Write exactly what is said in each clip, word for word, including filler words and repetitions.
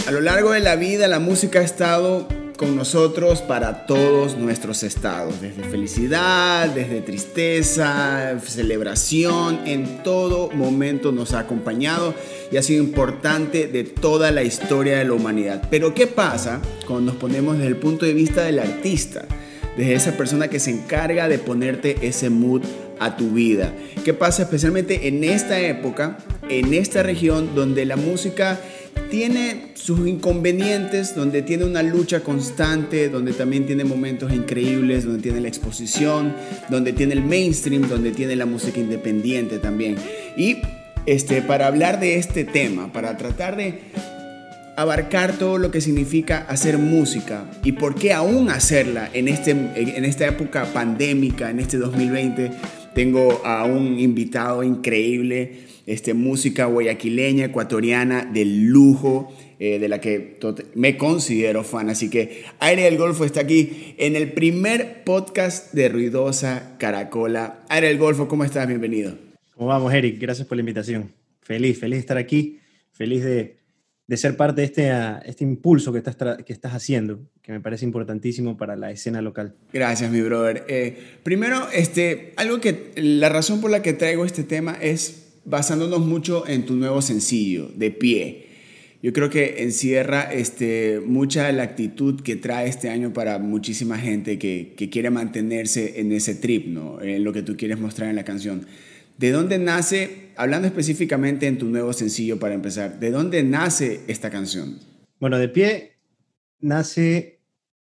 A lo largo de la vida, la música ha estado con nosotros para todos nuestros estados, desde felicidad, desde tristeza, celebración, en todo momento nos ha acompañado y ha sido importante de toda la historia de la humanidad. Pero ¿qué pasa cuando nos ponemos desde el punto de vista del artista? Desde esa persona que se encarga de ponerte ese mood a tu vida. ¿Qué pasa especialmente en esta época, en esta región donde la música tiene sus inconvenientes, donde tiene una lucha constante, donde también tiene momentos increíbles, donde tiene la exposición, donde tiene el mainstream, donde tiene la música independiente también? Y este, para hablar de este tema, para tratar de abarcar todo lo que significa hacer música y por qué aún hacerla en, este, en esta época pandémica, en este dos mil veinte, tengo a un invitado increíble, este, música guayaquileña, ecuatoriana, de lujo, eh, de la que me considero fan. Así que Aire del Golfo está aquí en el primer podcast de Ruidosa Caracola. Aire del Golfo, ¿cómo estás? Bienvenido. ¿Cómo vamos, Eric? Gracias por la invitación. Feliz, feliz de estar aquí, feliz de, de ser parte de este, uh, este impulso que estás, tra- que estás haciendo, que me parece importantísimo para la escena local. Gracias, mi brother. Eh, primero, este, algo que, la razón por la que traigo este tema es basándonos mucho en tu nuevo sencillo, De Pie. Yo creo que encierra este, mucha de la actitud que trae este año para muchísima gente que, que quiere mantenerse en ese trip, ¿no? En lo que tú quieres mostrar en la canción. ¿De dónde nace, hablando específicamente en tu nuevo sencillo para empezar, de dónde nace esta canción? Bueno, De Pie nace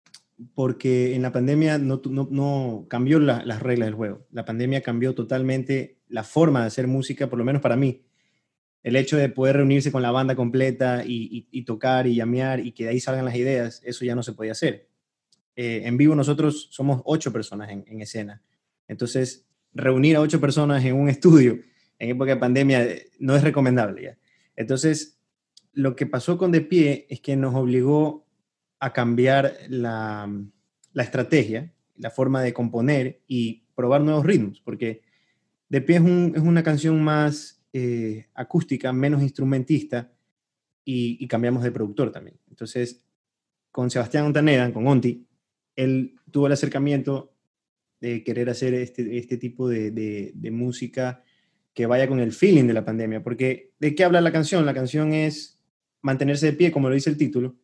porque en la pandemia no, no, no cambió la, las reglas del juego. La pandemia cambió totalmente la forma de hacer música, por lo menos para mí. El hecho de poder reunirse con la banda completa y, y, y tocar y llamear y que de ahí salgan las ideas, eso ya no se podía hacer. Eh, en vivo nosotros somos ocho personas en, en escena. Entonces, reunir a ocho personas en un estudio en época de pandemia no es recomendable ya. Entonces, lo que pasó con De Pie es que nos obligó a cambiar la, la estrategia, la forma de componer y probar nuevos ritmos, porque De Pie es, un, es una canción más eh, acústica, menos instrumentista, y, y cambiamos de productor también. Entonces, con Sebastián Ontaneda, con Onti, él tuvo el acercamiento de querer hacer este, este tipo de, de, de música que vaya con el feeling de la pandemia, porque ¿de qué habla la canción? La canción es mantenerse de pie, como lo dice el título,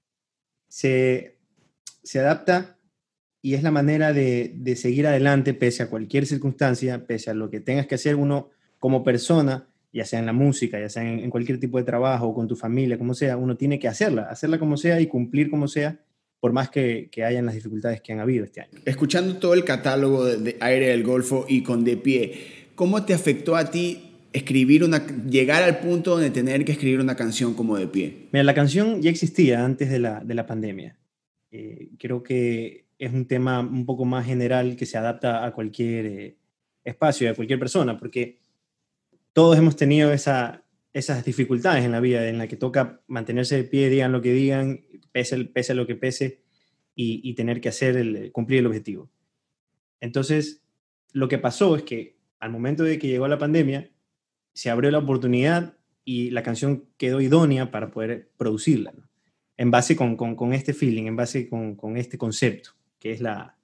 se, se adapta y es la manera de, de seguir adelante pese a cualquier circunstancia, pese a lo que tengas que hacer uno como persona, ya sea en la música, ya sea en, en cualquier tipo de trabajo o con tu familia, como sea, uno tiene que hacerla, hacerla como sea y cumplir como sea, por más que, que hayan las dificultades que han habido este año. Escuchando todo el catálogo de, de Aire del Golfo y con De Pie, ¿cómo te afectó a ti escribir una, llegar al punto donde tener que escribir una canción como De Pie? Mira, la canción ya existía antes de la, de la pandemia. Eh, creo que es un tema un poco más general que se adapta a cualquier eh, espacio, a cualquier persona, porque todos hemos tenido esa, esas dificultades en la vida en la que toca mantenerse de pie, digan lo que digan, pese, pese lo que pese, y, y tener que hacer el, cumplir el objetivo. Entonces, lo que pasó es que al momento de que llegó la pandemia, se abrió la oportunidad y la canción quedó idónea para poder producirla, ¿no? En base con, con, con este feeling, en base con, con este concepto, que es la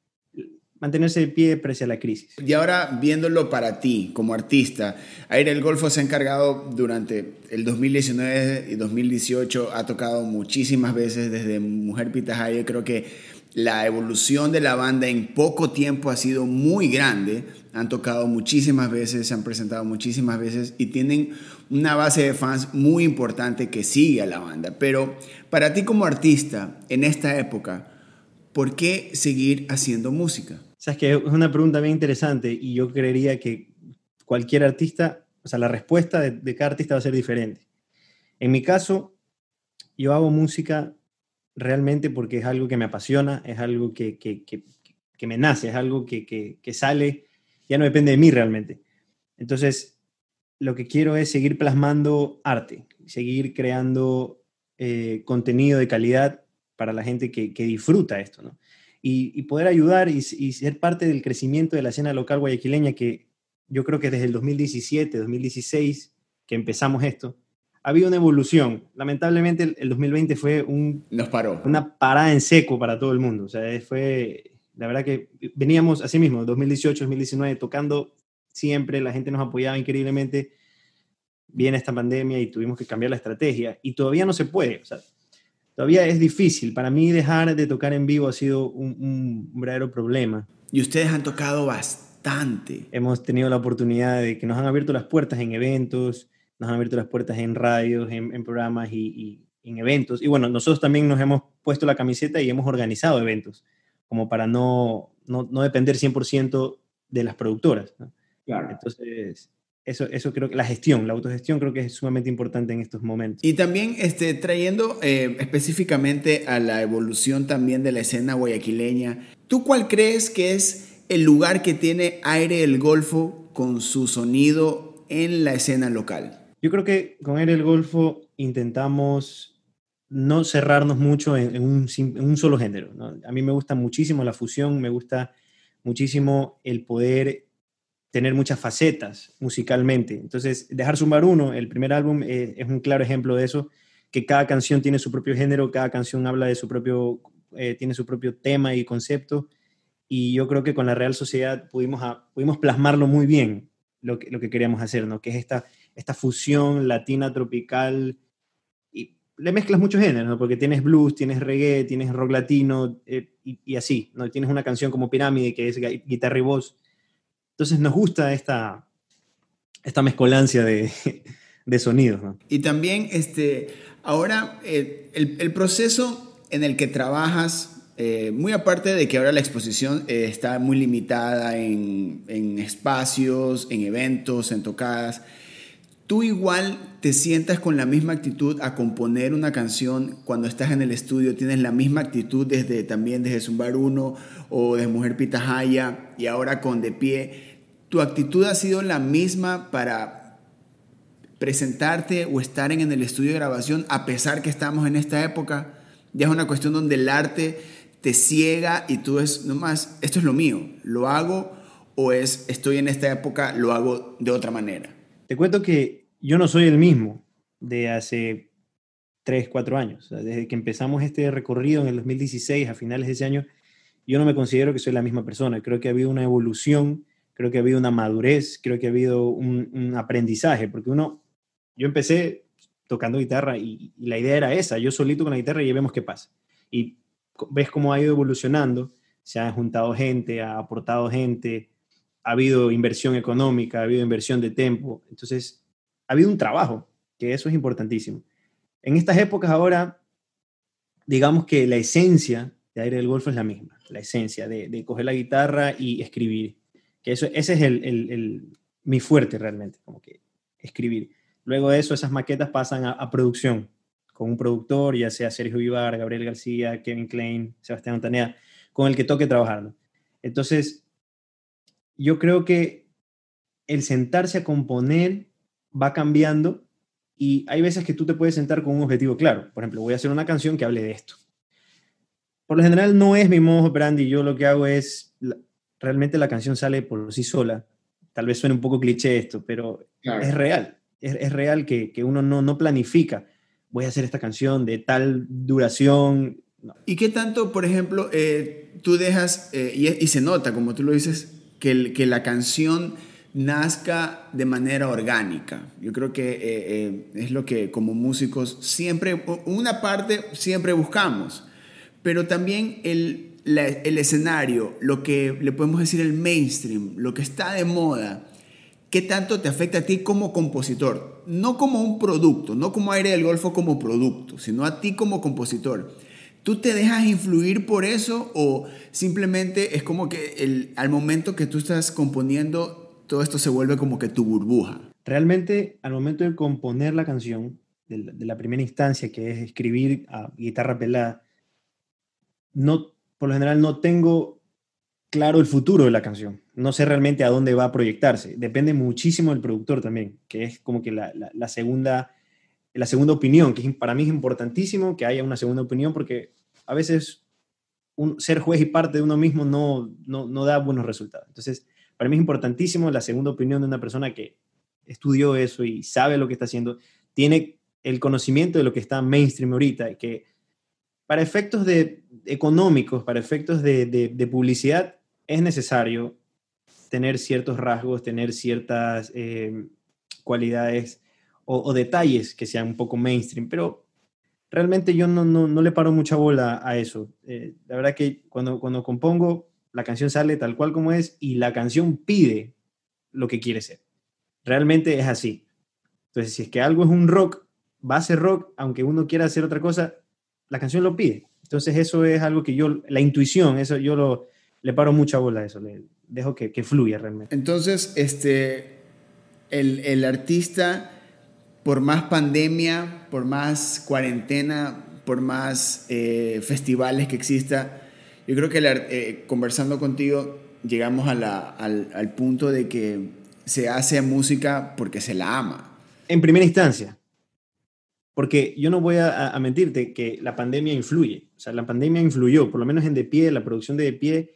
mantenerse de pie pese a la crisis. Y ahora, viéndolo para ti, como artista, Aire del Golfo se ha encargado durante el dos mil diecinueve y dos mil dieciocho, ha tocado muchísimas veces desde Mujer Pitahaya. Yo creo que la evolución de la banda en poco tiempo ha sido muy grande. Han tocado muchísimas veces, se han presentado muchísimas veces y tienen una base de fans muy importante que sigue a la banda. Pero para ti como artista, en esta época, ¿por qué seguir haciendo música? Sabes que es una pregunta bien interesante y yo creería que cualquier artista, o sea, la respuesta de, de cada artista va a ser diferente. En mi caso, yo hago música realmente porque es algo que me apasiona, es algo que, que, que, que me nace, es algo que, que, que sale, ya no depende de mí realmente. Entonces, lo que quiero es seguir plasmando arte, seguir creando eh, contenido de calidad para la gente que, que disfruta esto, ¿no? Y, y poder ayudar y, y ser parte del crecimiento de la escena local guayaquileña, que yo creo que desde el dos mil diecisiete, dos mil dieciséis, que empezamos esto, ha habido una evolución. Lamentablemente el, el dos mil veinte fue un, Nos paró. una parada en seco para todo el mundo. O sea, fue, la verdad que veníamos así mismo, dos mil dieciocho, dos mil diecinueve, tocando siempre, la gente nos apoyaba increíblemente. Viene esta pandemia y tuvimos que cambiar la estrategia y todavía no se puede. O sea, todavía es difícil. Para mí dejar de tocar en vivo ha sido un, un verdadero problema. Y ustedes han tocado bastante. Hemos tenido la oportunidad de que nos han abierto las puertas en eventos, nos han abierto las puertas en radios, en, en programas y, y en eventos. Y bueno, nosotros también nos hemos puesto la camiseta y hemos organizado eventos, como para no, no, no depender cien por ciento de las productoras, ¿no? Claro. Entonces, eso, eso creo que la gestión, la autogestión creo que es sumamente importante en estos momentos. Y también este, trayendo eh, específicamente a la evolución también de la escena guayaquileña, ¿tú cuál crees que es el lugar que tiene Aire el Golfo con su sonido en la escena local? Yo creo que con Aire el Golfo intentamos no cerrarnos mucho en, en, un, en un solo género, ¿no? A mí me gusta muchísimo la fusión, me gusta muchísimo el poder tener muchas facetas musicalmente. Entonces, Dejar Zumbar uno, el primer álbum, eh, es un claro ejemplo de eso, que cada canción tiene su propio género, cada canción habla de su propio, eh, tiene su propio tema y concepto, y yo creo que con la Real Sociedad pudimos, a, pudimos plasmarlo muy bien, lo que, lo que queríamos hacer, ¿no? Que es esta, esta fusión latina, tropical, y le mezclas muchos géneros, ¿no? Porque tienes blues, tienes reggae, tienes rock latino, eh, y, y así, ¿no? Tienes una canción como Pirámide, que es guitarra y voz. Entonces nos gusta esta, esta mezcolancia de, de sonidos, ¿no? Y también, este, ahora, eh, el, el proceso en el que trabajas, eh, muy aparte de que ahora la exposición eh, está muy limitada en, en espacios, en eventos, en tocadas, ¿tú igual te sientas con la misma actitud a componer una canción cuando estás en el estudio? ¿Tienes la misma actitud desde, también desde Zumbar uno o de Mujer Pitahaya y ahora con De Pie? ¿Tu actitud ha sido la misma para presentarte o estar en, en el estudio de grabación a pesar que estamos en esta época? Ya es una cuestión donde el arte te ciega y tú es nomás, esto es lo mío, lo hago, o es estoy en esta época, lo hago de otra manera. Te cuento que yo no soy el mismo de hace tres, cuatro años. O sea, desde que empezamos este recorrido en el dos mil dieciséis, a finales de ese año, yo no me considero que soy la misma persona. Creo que ha habido una evolución, creo que ha habido una madurez, creo que ha habido un, un aprendizaje, porque uno, yo empecé tocando guitarra y, y la idea era esa, yo solito con la guitarra y vemos qué pasa. Y ves cómo ha ido evolucionando, se han juntado gente, ha aportado gente, ha habido inversión económica, ha habido inversión de tiempo, entonces ha habido un trabajo, que eso es importantísimo. En estas épocas ahora, digamos que la esencia de Aire del Golfo es la misma, la esencia de, de coger la guitarra y escribir, que eso, ese es el, el, el, mi fuerte realmente, como que escribir. Luego de eso, esas maquetas pasan a, a producción, con un productor, ya sea Sergio Vivar, Gabriel García, Kevin Klein, Sebastián Montanea, con el que toque trabajar, ¿no? Entonces, yo creo que el sentarse a componer va cambiando y hay veces que tú te puedes sentar con un objetivo claro. Por ejemplo, voy a hacer una canción que hable de esto. Por lo general no es mi modo operandi, yo lo que hago es, realmente la canción sale por sí sola. Tal vez suene un poco cliché esto, pero claro, es real. Es, es real que, que uno no, no planifica. Voy a hacer esta canción de tal duración. No. ¿Y qué tanto, por ejemplo, eh, tú dejas, eh, y, y se nota, como tú lo dices, que, el, que la canción nazca de manera orgánica? Yo creo que eh, eh, es lo que como músicos siempre, una parte siempre buscamos, pero también el, la, el escenario, lo que le podemos decir el mainstream, lo que está de moda, ¿qué tanto te afecta a ti como compositor? No como un producto, no como Aire del Golfo como producto, sino a ti como compositor. ¿Tú te dejas influir por eso o simplemente es como que el, al momento que tú estás componiendo, todo esto se vuelve como que tu burbuja? Realmente, al momento de componer la canción, de, de la primera instancia, que es escribir a guitarra pelada, no, por lo general no tengo claro el futuro de la canción. No sé realmente a dónde va a proyectarse. Depende muchísimo del productor también, que es como que la, la, la, segunda, la segunda opinión, que para mí es importantísimo que haya una segunda opinión, porque a veces un, ser juez y parte de uno mismo no, no, no da buenos resultados. Entonces, para mí es importantísimo la segunda opinión de una persona que estudió eso y sabe lo que está haciendo. Tiene el conocimiento de lo que está mainstream ahorita, que para efectos de, económicos, para efectos de, de, de publicidad, es necesario tener ciertos rasgos, tener ciertas eh, cualidades o, o detalles que sean un poco mainstream, pero realmente yo no, no, no le paro mucha bola a eso. Eh, la verdad que cuando, cuando compongo, la canción sale tal cual como es y la canción pide lo que quiere ser. Realmente es así. Entonces, si es que algo es un rock, va a ser rock, aunque uno quiera hacer otra cosa, la canción lo pide. Entonces, eso es algo que yo, la intuición, eso yo lo, le paro mucha bola a eso, le dejo que, que fluya realmente. Entonces, este, el, el artista, por más pandemia, por más cuarentena, por más eh, festivales que exista, yo creo que el, eh, conversando contigo llegamos a la, al, al punto de que se hace música porque se la ama. En primera instancia, porque yo no voy a, a mentirte que la pandemia influye, o sea, la pandemia influyó, por lo menos en De Pie, la producción de De Pie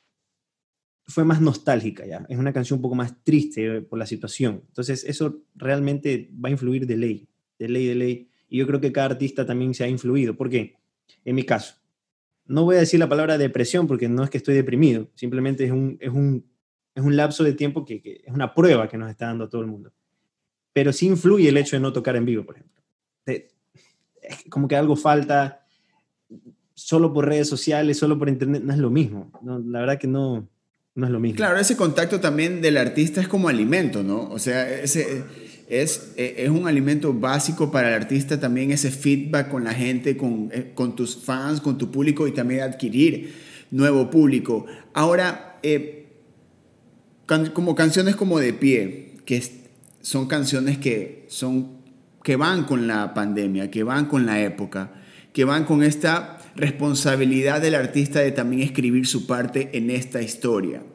fue más nostálgica ya, es una canción un poco más triste por la situación, entonces eso realmente va a influir de ley, de ley, de ley, y yo creo que cada artista también se ha influido, porque en mi caso, no voy a decir la palabra depresión porque no es que estoy deprimido, simplemente es un, es un, es un lapso de tiempo que, que es una prueba que nos está dando a todo el mundo, pero sí influye el hecho de no tocar en vivo, por ejemplo. De, es como que algo falta, solo por redes sociales, solo por internet, no es lo mismo, no, la verdad que no, no es lo mismo. Claro, ese contacto también del artista es como alimento, ¿no? O sea, ese es, es un alimento básico para el artista también, ese feedback con la gente, con, con tus fans, con tu público y también adquirir nuevo público. Ahora, eh, can, como canciones como De Pie, que es, son canciones que, son, que van con la pandemia, que van con la época, que van con esta responsabilidad del artista de también escribir su parte en esta historia.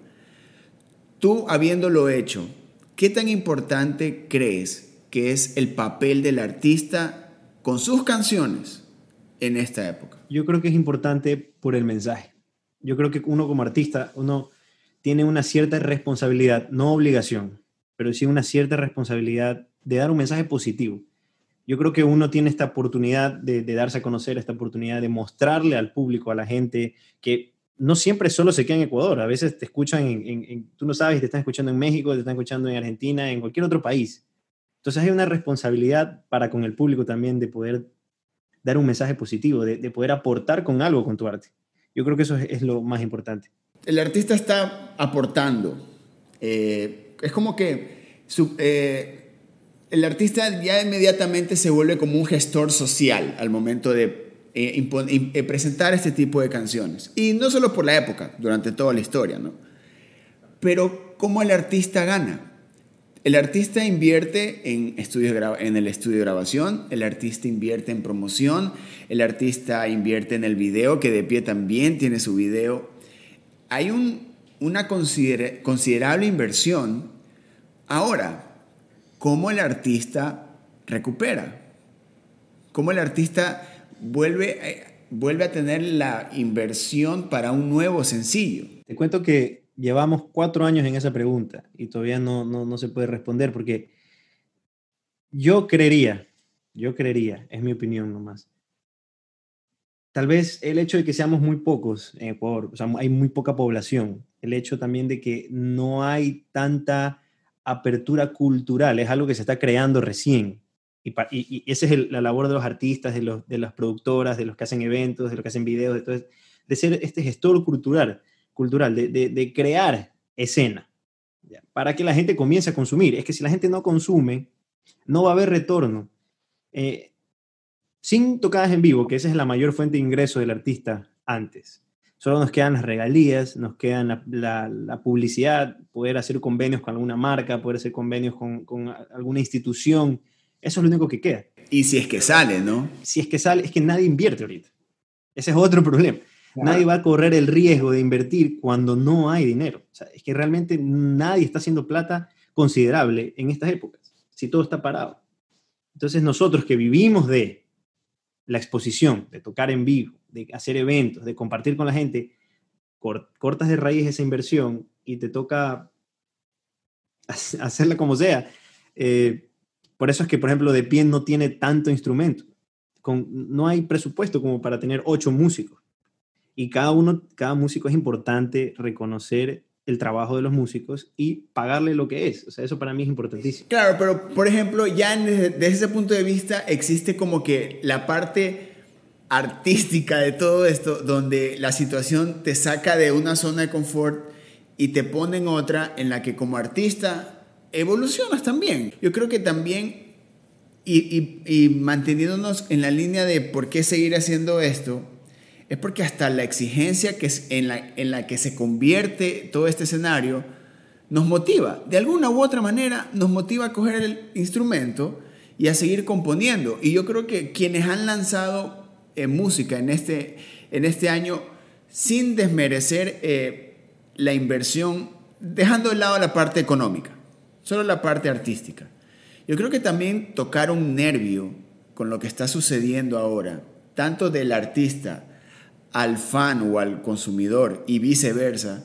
Tú, habiéndolo hecho, ¿qué tan importante crees que es el papel del artista con sus canciones en esta época? Yo creo que es importante por el mensaje. Yo creo que uno como artista, uno tiene una cierta responsabilidad, no obligación, pero sí una cierta responsabilidad de dar un mensaje positivo. Yo creo que uno tiene esta oportunidad de, de darse a conocer, esta oportunidad de mostrarle al público, a la gente, que no siempre solo se queda en Ecuador. A veces te escuchan, en, en, en, tú no sabes, te están escuchando en México, te están escuchando en Argentina, en cualquier otro país. Entonces hay una responsabilidad para con el público también de poder dar un mensaje positivo, de, de poder aportar con algo con tu arte. Yo creo que eso es, es lo más importante. El artista está aportando. Eh, es como que... Su, eh, el artista ya inmediatamente se vuelve como un gestor social al momento de eh, impon, eh, presentar este tipo de canciones. Y no solo por la época, durante toda la historia, ¿no? Pero ¿cómo el artista gana? El artista invierte en, estudios, en el estudio de grabación, el artista invierte en promoción, el artista invierte en el video, que De Pie también tiene su video. Hay un, una consider, considerable inversión. Ahora, ¿cómo el artista recupera? ¿Cómo el artista vuelve, eh, vuelve a tener la inversión para un nuevo sencillo? Te cuento que llevamos cuatro años en esa pregunta y todavía no, no, no se puede responder porque yo creería, yo creería, es mi opinión nomás, tal vez el hecho de que seamos muy pocos en Ecuador, o sea, hay muy poca población, el hecho también de que no hay tanta apertura cultural, es algo que se está creando recién. Y, y, y esa es el, la labor de los artistas, de, los, de las productoras, de los que hacen eventos, de los que hacen videos, de, todo, de ser este gestor cultural, cultural de, de, de crear escena, ¿ya? Para que la gente comience a consumir. Es que si la gente no consume, no va a haber retorno. Eh, sin tocadas en vivo, que esa es la mayor fuente de ingreso del artista antes. Solo nos quedan las regalías, nos quedan la, la, la publicidad, poder hacer convenios con alguna marca, poder hacer convenios con, con alguna institución. Eso es lo único que queda. Y si es que sale, ¿no? Si es que sale, es que nadie invierte ahorita. Ese es otro problema. Claro. Nadie va a correr el riesgo de invertir cuando no hay dinero. O sea, es que realmente nadie está haciendo plata considerable en estas épocas, si todo está parado. Entonces nosotros que vivimos de la exposición, de tocar en vivo, de hacer eventos, de compartir con la gente, cortas de raíz esa inversión y te toca hacerla como sea. Eh, Por eso es que, por ejemplo, De Pie no tiene tanto instrumento. Con, no hay presupuesto como para tener ocho músicos. Y cada uno, cada músico es importante reconocer el trabajo de los músicos y pagarle lo que es. O sea, eso para mí es importantísimo. Claro, pero por ejemplo, ya desde, desde ese punto de vista existe como que la parte artística de todo esto, donde la situación te saca de una zona de confort y te pone en otra en la que como artista evolucionas también. Yo creo que también, y, y, y manteniéndonos en la línea de por qué seguir haciendo esto, es porque hasta la exigencia que es en, la, en la que se convierte todo este escenario nos motiva. De alguna u otra manera nos motiva a coger el instrumento y a seguir componiendo. Y yo creo que quienes han lanzado eh, música en este, en este año, sin desmerecer eh, la inversión, dejando de lado la parte económica, solo la parte artística. Yo creo que también tocar un nervio con lo que está sucediendo ahora, tanto del artista al fan o al consumidor y viceversa,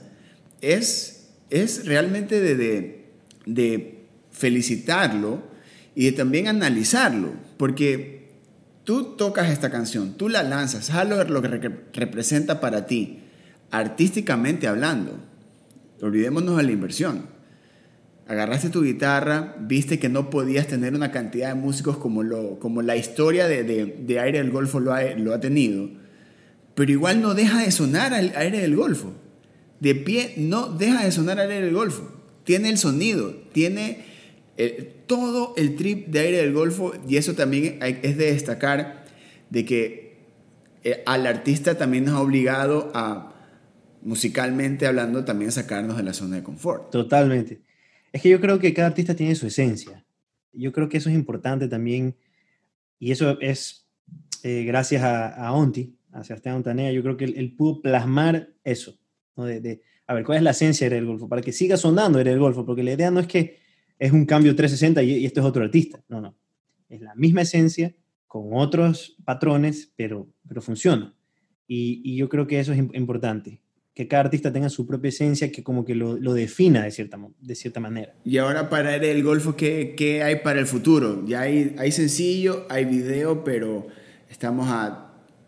es, es realmente de, de, de felicitarlo y de también analizarlo, porque tú tocas esta canción, tú la lanzas, sabes lo que re- representa para ti, artísticamente hablando. Olvidémonos de la inversión. Agarraste tu guitarra, viste que no podías tener una cantidad de músicos como, lo, como la historia de, de, de Aire del Golfo lo ha, lo ha tenido, pero igual no deja de sonar al Aire del Golfo. De Pie no deja de sonar al Aire del Golfo. Tiene el sonido, tiene el, todo el trip de Aire del Golfo, y eso también es de destacar, de que eh, al artista también nos ha obligado a, musicalmente hablando, también sacarnos de la zona de confort. Totalmente. Es que yo creo que cada artista tiene su esencia. Yo creo que eso es importante también, y eso es eh, gracias a, a Onti, a Sebastián Ontanea. Yo creo que él, él pudo plasmar eso, ¿no? De, de, a ver, ¿cuál es la esencia de Aire del Golfo? Para que siga sonando Aire del Golfo, porque la idea no es que es un cambio trescientos sesenta y, y esto es otro artista. No, no. Es la misma esencia, con otros patrones, pero, pero funciona. Y, y yo creo que eso es importante, que cada artista tenga su propia esencia, que como que lo, lo defina de cierta, de cierta manera. Y ahora para Aire del Golfo, ¿qué, qué hay para el futuro? Ya hay, hay sencillo, hay video, pero estamos a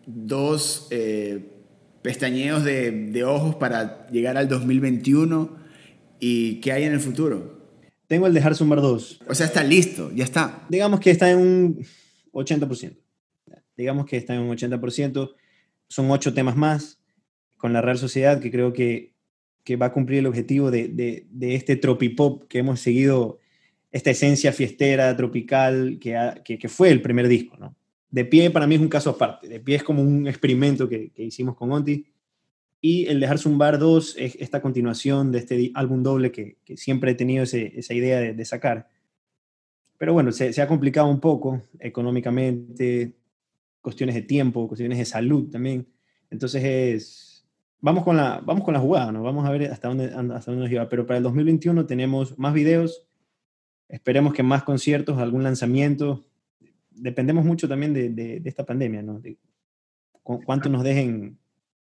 dos eh, pestañeos de, de ojos para llegar al dos mil veintiuno. ¿Y qué hay en el futuro? Tengo el Dejar Zumbar dos. O sea, está listo, ya está. Digamos que está en un ochenta por ciento. Digamos que está en un ochenta por ciento. Son ocho temas más con la Real Sociedad, que creo que, que va a cumplir el objetivo de, de, de este tropipop que hemos seguido, esta esencia fiestera, tropical, que, ha, que, que fue el primer disco, ¿no? De Pie para mí es un caso aparte. De Pie es como un experimento que, que hicimos con Onti. Y el Dejar Zumbar dos es esta continuación de este álbum doble que, que siempre he tenido ese, esa idea de, de sacar. Pero bueno, se, se ha complicado un poco económicamente, cuestiones de tiempo, cuestiones de salud también. Entonces es, vamos con la, vamos con la jugada, ¿no? Vamos a ver hasta dónde, hasta dónde nos lleva. Pero para el dos mil veintiuno tenemos más videos, esperemos que más conciertos, algún lanzamiento. Dependemos mucho también de, de, de esta pandemia, ¿no? De cu- cuánto nos dejen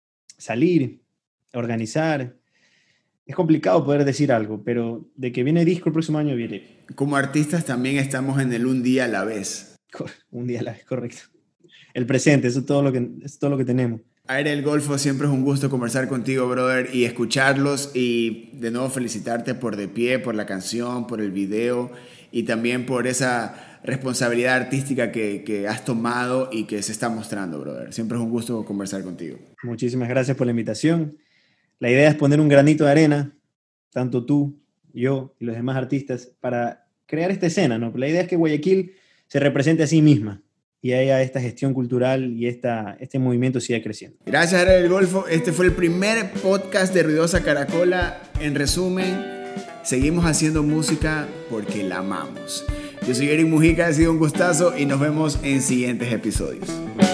salir, organizar. Es complicado poder decir algo, pero de que viene disco el próximo año, viene. Como artistas también estamos en el un día a la vez. Un día a la vez, correcto. El presente, eso es todo lo que, es todo lo que tenemos. Aire del Golfo, siempre es un gusto conversar contigo, brother, y escucharlos, y de nuevo felicitarte por De Pie, por la canción, por el video, y también por esa responsabilidad artística que, que has tomado y que se está mostrando, brother. Siempre es un gusto conversar contigo. Muchísimas gracias por la invitación. La idea es poner un granito de arena, tanto tú, yo y los demás artistas, para crear esta escena, ¿no? La idea es que Guayaquil se represente a sí misma y haya esta gestión cultural y esta, este movimiento siga creciendo. Gracias, Aire del Golfo. Este fue el primer podcast de Ruidosa Caracola. En resumen, seguimos haciendo música porque la amamos. Yo soy Eric Mujica, ha sido un gustazo y nos vemos en siguientes episodios.